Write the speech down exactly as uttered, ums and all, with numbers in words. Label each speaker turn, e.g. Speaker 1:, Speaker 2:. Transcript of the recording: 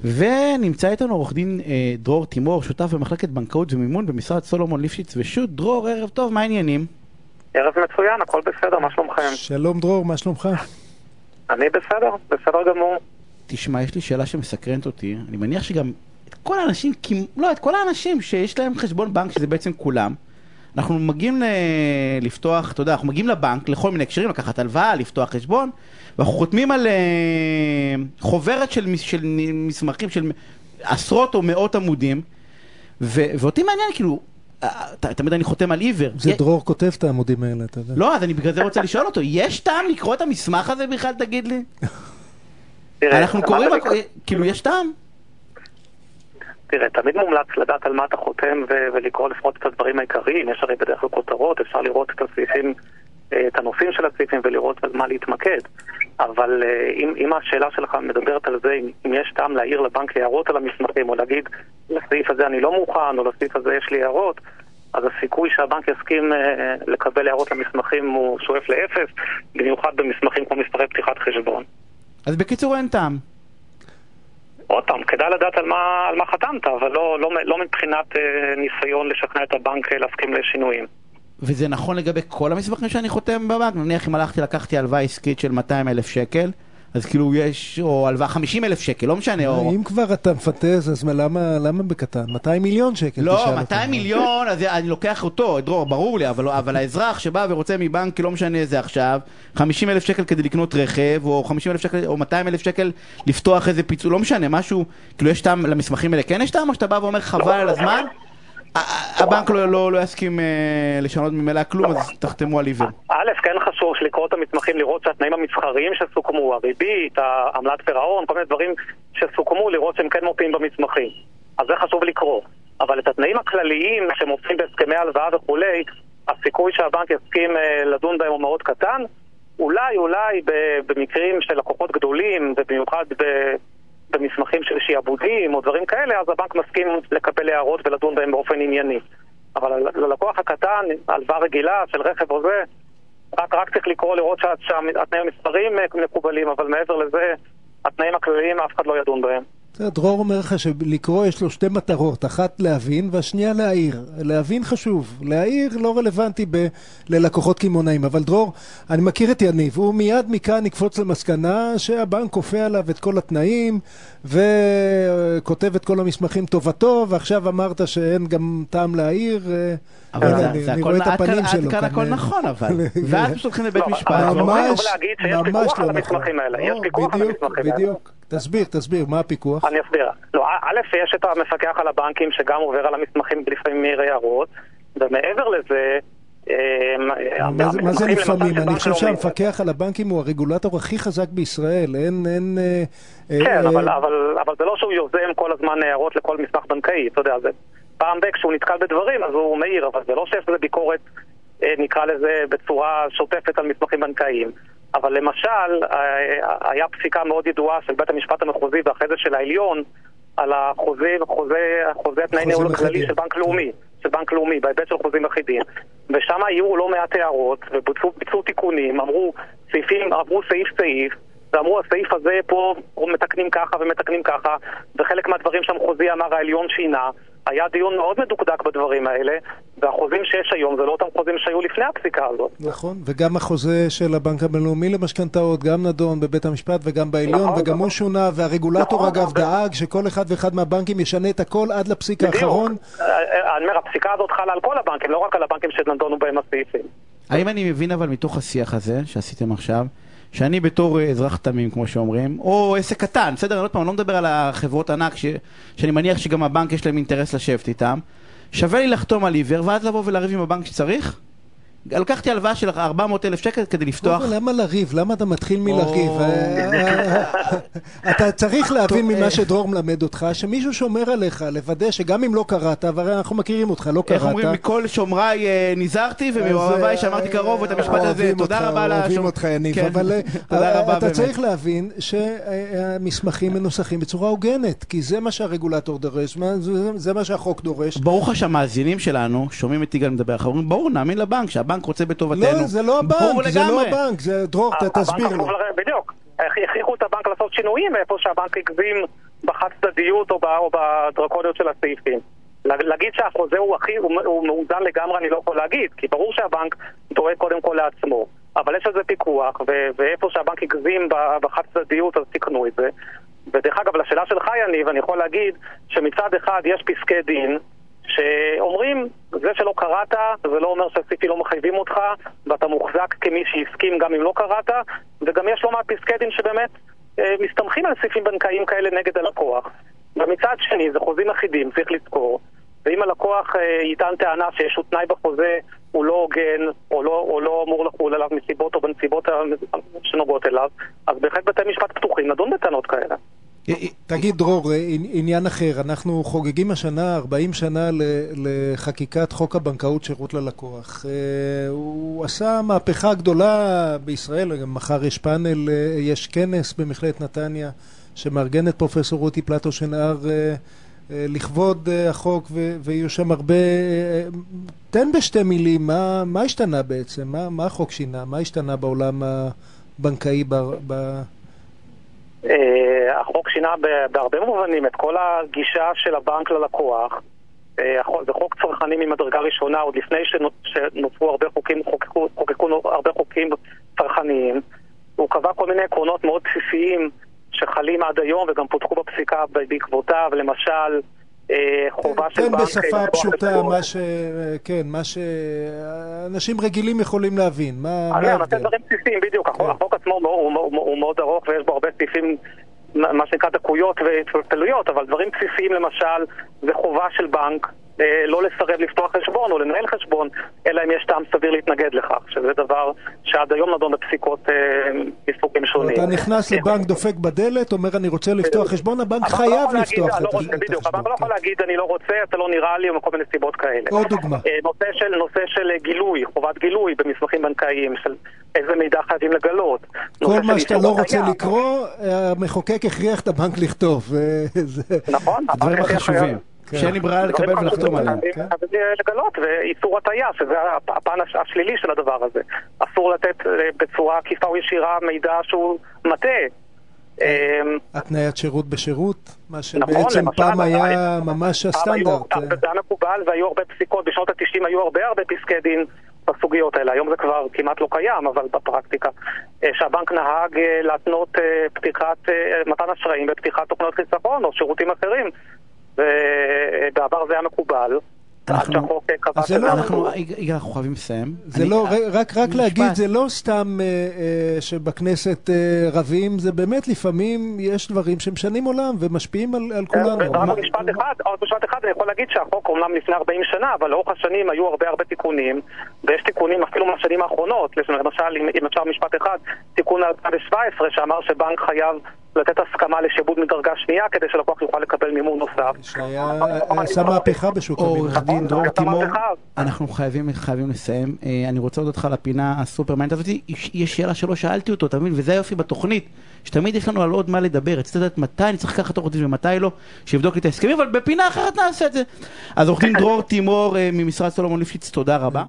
Speaker 1: ונמצא איתנו עורך דין אה, דרור תימור, שותף במחלקת בנקאות ומימון במשרד סולומון ליפשיץ ושות'. דרור, ערב טוב, מה העניינים?
Speaker 2: ערב מצוין, הכל בסדר, מה שלומכם?
Speaker 3: שלום דרור, מה שלומך?
Speaker 2: אני בסדר, בסדר גמור.
Speaker 1: תשמע, יש לי שאלה שמסקרנת אותי. אני מניח שגם את כל האנשים, לא, את כל האנשים שיש להם חשבון בנק, שזה בעצם כולם, אנחנו מגיעים ל... לפתוח, אתה יודע, אנחנו מגיעים לבנק לכל מיני הקשרים, לקחת הלוואה, לפתוח חשבון, ואנחנו חותמים על חוברת של, של מסמכים, של עשרות או מאות עמודים, ו... ואותי מעניין, כאילו, תמיד אני חותם על עיוור.
Speaker 3: זה דרור כותב את העמודים האלה, אתה יודע.
Speaker 1: לא, אז אני בגלל זה רוצה לשאול אותו, יש טעם לקרוא את המסמך הזה בכלל, תגיד לי? אנחנו קוראים, כאילו, יש טעם?
Speaker 2: תראה, תמיד מומלץ לדעת על מה אתה חותם ולקרוא לפחות את הדברים העיקריים. יש הרי בדרך כלל כותרות, אפשר לראות את הסעיפים, את הנושאים של הסעיפים ולראות על מה להתמקד. אבל אם, אם השאלה שלך מדברת על זה, אם יש טעם להעיר לבנק הערות על המסמכים, או להגיד, לסעיף הזה אני לא מוכן, או לסעיף הזה יש לי הערות, אז הסיכוי שהבנק יסכים לקבל הערות למסמכים הוא שואף לאפס, במיוחד במסמכים כמו מספרי פתיחת חשבון.
Speaker 1: אז בקיצור אין טעם.
Speaker 2: עוד פעם, כדאי לדעת על מה, על מה חתמת, אבל לא, לא, לא מבחינת אה, ניסיון לשכנע את הבנק להסכים לשינויים.
Speaker 1: וזה נכון לגבי כל המסמכים שאני חותם בבנק? נניח אם הלכתי, לקחתי הלוואה עסקית של מאתיים אלף שקל, אז כאילו יש, או הלוואה חמישים אלף שקל, לא משנה, או...
Speaker 3: אם כבר אתה מפתז, אז למה, למה בקטן? מאתיים מיליון שקל?
Speaker 1: לא, מאתיים מיליון, אז אני לוקח אותו, דרור, ברור לי, אבל, אבל האזרח שבא ורוצה מבנק, לא משנה איזה עכשיו, חמישים אלף שקל כדי לקנות רכב, או חמישים אלף שקל, או מאתיים אלף שקל לפתוח איזה פיצול, לא משנה, משהו, כאילו יש טעם למסמכים האלה, כן יש טעם, או שאתה בא ואומר חבל על הזמן? הבנק לא, לא, לא יסכים אה, לשנות ממילא כלום, אז תחתמו על עיוור.
Speaker 2: א', כן חשוב לקרוא את המסמכים, לראות שהתנאים המסחריים שסוכמו, הריבית, העמלת פירעון, כל מיני דברים שסוכמו, לראות שהם כן מופיעים במסמכים. אז זה חשוב לקרוא. אבל את התנאים הכלליים שמופיעים בהסכמי הלוואה וכולי, הסיכוי שהבנק יסכים אה, לדון בהם הוא מאוד קטן. אולי, אולי במקרים של לקוחות גדולים, ובמיוחד ב... במסמכים של שיעבודים או דברים כאלה, אז הבנק מסכים לקבל הערות ולדון בהם באופן ענייני. אבל ללקוח הקטן, הלוואה רגילה של רכב או זה, רק, רק צריך לקרוא לראות שהתנאים המספרים מקובלים, אבל מעבר לזה, התנאים הכלליים אף אחד לא ידון בהם.
Speaker 3: דרור אומר לך שלקרוא יש לו שתי מטרות, אחת להבין והשנייה להעיר. להבין חשוב, להעיר לא רלוונטי ב- ללקוחות כימונאים, אבל דרור, אני מכיר את יניב, הוא מיד מכאן יקפוץ למסקנה שהבנק כופה עליו את כל התנאים וכותב את כל המסמכים טובתו, ועכשיו אמרת שאין גם טעם להעיר,
Speaker 1: אבל אני רואה את הפנים שלו. עד כאן הכל נכון, אבל. ואז פשוט הולכים לבית משפט.
Speaker 3: ממש, ממש לא נכון.
Speaker 2: יש פיקוח על המסמכים האלה.
Speaker 3: בדיוק. תסביר, תסביר, מה הפיקוח?
Speaker 2: אני אסביר. לא, א', יש את המפקח על הבנקים שגם עובר על המסמכים לפעמים מהיר הערות, ומעבר לזה...
Speaker 3: מה זה לפעמים? אני חושב שהמפקח על הבנקים הוא הרגולטור הכי חזק בישראל. אין, אין...
Speaker 2: כן, אבל זה לא שהוא יוזם כל הזמן הערות לכל מסמך בנקאי. אתה יודע, זה פעם בק שהוא נתקל בדברים, אז הוא מהיר, אבל זה לא שיש לזה ביקורת, נקרא לזה, בצורה שוטפת על מסמכים בנקאיים. אבל למשל, היה פסיקה מאוד ידועה של בית המשפט המחוזי ואחרי זה של העליון על החוזה, חוזה, חוזה תנאי ניהול הכללי של בנק לאומי, של בנק לאומי, בהיבט של חוזים אחידים. ושם היו לא מעט הערות, וביצעו תיקונים, אמרו, סעיפים, עברו סעיף סעיף, ואמרו, הסעיף הזה פה מתקנים ככה ומתקנים ככה, וחלק מהדברים שהמחוזי אמר העליון שינה, היה דיון מאוד מדוקדק בדברים האלה, והחוזים שיש היום זה לא אותם חוזים שהיו לפני הפסיקה הזאת.
Speaker 3: נכון, וגם החוזה של הבנק הבינלאומי למשכנתאות, גם נדון בבית המשפט וגם בעליון, נכון, וגם הוא שונה, והרגולטור נכון, אגב נכון. דאג שכל אחד ואחד מהבנקים ישנה את הכל עד לפסיק בדיוק. האחרון.
Speaker 2: אני אומר, הפסיקה הזאת חלה על כל הבנקים, לא רק על הבנקים שנדונו בהם הסעיפים.
Speaker 1: האם אני מבין אבל מתוך השיח הזה שעשיתם עכשיו, שאני בתור אזרח תמים, כמו שאומרים, או עסק קטן, בסדר, אני לא מדבר על החברות ענק, ש... שאני מניח שגם הבנק יש להם אינטרס לשבת איתם, שווה לי לחתום על עיוור, ואז לבוא ולריב עם הבנק שצריך? לקחתי הלוואה של ארבע מאות אלף שקל כדי לפתוח...
Speaker 3: למה לריב? למה אתה מתחיל מלריב? אתה צריך להבין ממה שדרור מלמד אותך, שמישהו שומר עליך, לוודא שגם אם לא קראת, אבל אנחנו מכירים אותך, לא קראת.
Speaker 1: איך אומרים, מכל שומריי נזהרתי, ומאוהביי שאמרתי קרוב, ואת המשפט הזה, תודה רבה לשומר.
Speaker 3: אוהבים אותך יניב, אבל אתה צריך להבין שהמסמכים מנוסחים בצורה הוגנת, כי זה מה שהרגולטור דורש, זה מה שהחוק דורש.
Speaker 1: ברוך השמאזינים שלנו, שומעים את יגאל מדבר, אומרים, ברור, נאמין לבנק, שהבנק רוצה בטובתנו.
Speaker 3: לא, זה לא הבנק, זה לא הבנק, זה דרור, תסביר לו.
Speaker 2: בדיוק, הכריחו את הבנק לעשות שינויים איפה שהבנק הגזים בחד צדדיות או, או בדרקוניות של הסעיפים. להגיד שהחוזה הוא הכי, הוא, הוא מאוזן לגמרי, אני לא יכול להגיד, כי ברור שהבנק דואג קודם כל לעצמו. אבל יש לזה פיקוח, ו- ואיפה שהבנק הגזים בחד צדדיות, אז תקנו את זה. ודרך אגב, לשאלה שלך, יניב, אני יכול להגיד שמצד אחד יש פסקי דין, שאומרים, זה שלא קראת, זה לא אומר שהסעיפים לא מחייבים אותך, ואתה מוחזק כמי שהסכים גם אם לא קראת, וגם יש לו מה פסקי דין שבאמת אה, מסתמכים על סעיפים בנקאיים כאלה נגד הלקוח. ומצד שני, זה חוזים אחידים, צריך לזכור, ואם הלקוח אה, יטען טענה שיש הוא תנאי בחוזה, הוא לא הוגן, או לא, או לא אמור לחול עליו מסיבות או בנסיבות שנוגעות אליו, אז בהחלט בתי משפט פתוחים לדון בטענות כאלה.
Speaker 3: תגיד דרור, עניין אחר, אנחנו חוגגים השנה ארבעים שנה לחקיקת חוק הבנקאות שירות ללקוח. הוא עשה מהפכה גדולה בישראל, גם מחר יש פאנל, יש כנס במכללת נתניה שמארגנת פרופסור רותי פלטו שנהר לכבוד החוק, ויהיו שם הרבה... תן בשתי מילים, מה, מה השתנה בעצם? מה, מה החוק שינה? מה השתנה בעולם הבנקאי ב... ב...
Speaker 2: החוק שינה בהרבה מובנים את כל הגישה של הבנק ללקוח. זה חוק צרכני ממדרגה ראשונה, עוד לפני שנוצרו הרבה חוקים, חוקקו, חוקקו הרבה חוקים צרכניים. הוא קבע כל מיני עקרונות מאוד בסיסיים שחלים עד היום וגם פותחו בפסיקה בעקבותיו, למשל חובה של בנק...
Speaker 3: כן, בשפה פשוטה, מה ש... כן, מה שאנשים רגילים יכולים להבין. מה
Speaker 2: ההבדל? דברים בסיסיים, בדיוק. החוק עצמו הוא מאוד ארוך ויש בו הרבה סעיפים, מה שנקרא דקויות והתפלפלויות, אבל דברים בסיסיים למשל, זה חובה של בנק לא לסרב לפתוח חשבון או לנהל חשבון, אלא אם יש טעם סביר להתנגד לכך, שזה דבר שעד היום נדון בפסיקות מסוגים שונים.
Speaker 3: אתה נכנס לבנק, דופק בדלת, אומר אני רוצה לפתוח חשבון, הבנק חייב לפתוח את החשבון.
Speaker 2: בדיוק, אבל לא יכול להגיד אני לא רוצה, אתה לא נראה לי, או כל מיני סיבות כאלה.
Speaker 3: עוד דוגמה.
Speaker 2: נושא של גילוי, חובת גילוי במסמכים בנקאיים, של איזה מידע חייבים לגלות.
Speaker 3: כל מה שאתה לא רוצה לקרוא, המחוקק הכריח את הבנק לכתוב.
Speaker 2: נכון,
Speaker 1: הדברים החשובים. שאין לי ברירה לקבל ולחתום עליהם.
Speaker 2: לגלות, ואיסור הטעיה, שזה הפן השלילי של הדבר הזה. אסור לתת בצורה עקיפה או ישירה מידע שהוא מטעה.
Speaker 3: התניית שירות בשירות, מה שבעצם פעם היה ממש הסטנדרט.
Speaker 2: זה היה מקובל, והיו הרבה פסיקות, בשנות ה-תשעים היו הרבה הרבה פסקי דין בסוגיות האלה. היום זה כבר כמעט לא קיים, אבל בפרקטיקה. שהבנק נהג להתנות פתיחת, מתן אשראים בפתיחת תוכניות חיסכון או שירותים אחרים. ובעבר זה היה מקובל.
Speaker 1: אנחנו חייבים לסיים.
Speaker 3: זה לא, רק להגיד, זה לא סתם שבכנסת רבים, זה באמת לפעמים יש דברים שמשנים עולם ומשפיעים על כולנו.
Speaker 2: עוד משפט אחד, אני יכול להגיד שהחוק אומנם לפני ארבעים שנה, אבל לאורך השנים היו הרבה הרבה תיקונים, ויש תיקונים אפילו מהשנים האחרונות, למשל, אם אפשר משפט אחד, תיקון אלפיים שבע עשרה שאמר שבנק חייב לתת הסכמה לשעבוד מדרגה שנייה כדי שלקוח יוכל לקבל מימון נוסף.
Speaker 3: שעשה מהפכה בשוק המימון.
Speaker 1: עורך דין דרור תימור, אנחנו חייבים חייבים לסיים. אני רוצה להודות לך לפינה הסופרמנט הזאת. יש שאלה שלא שאלתי אותו, אתה מבין? וזה יופי בתוכנית, שתמיד יש לנו על עוד מה לדבר. רציתי לדעת מתי אני צריך לקחת עורך דין ומתי לא, שיבדוק לי את ההסכמים, אבל בפינה אחרת נעשה את זה. אז עורך דין דרור תימור ממשרד סולומון ליפשיץ, תודה רבה.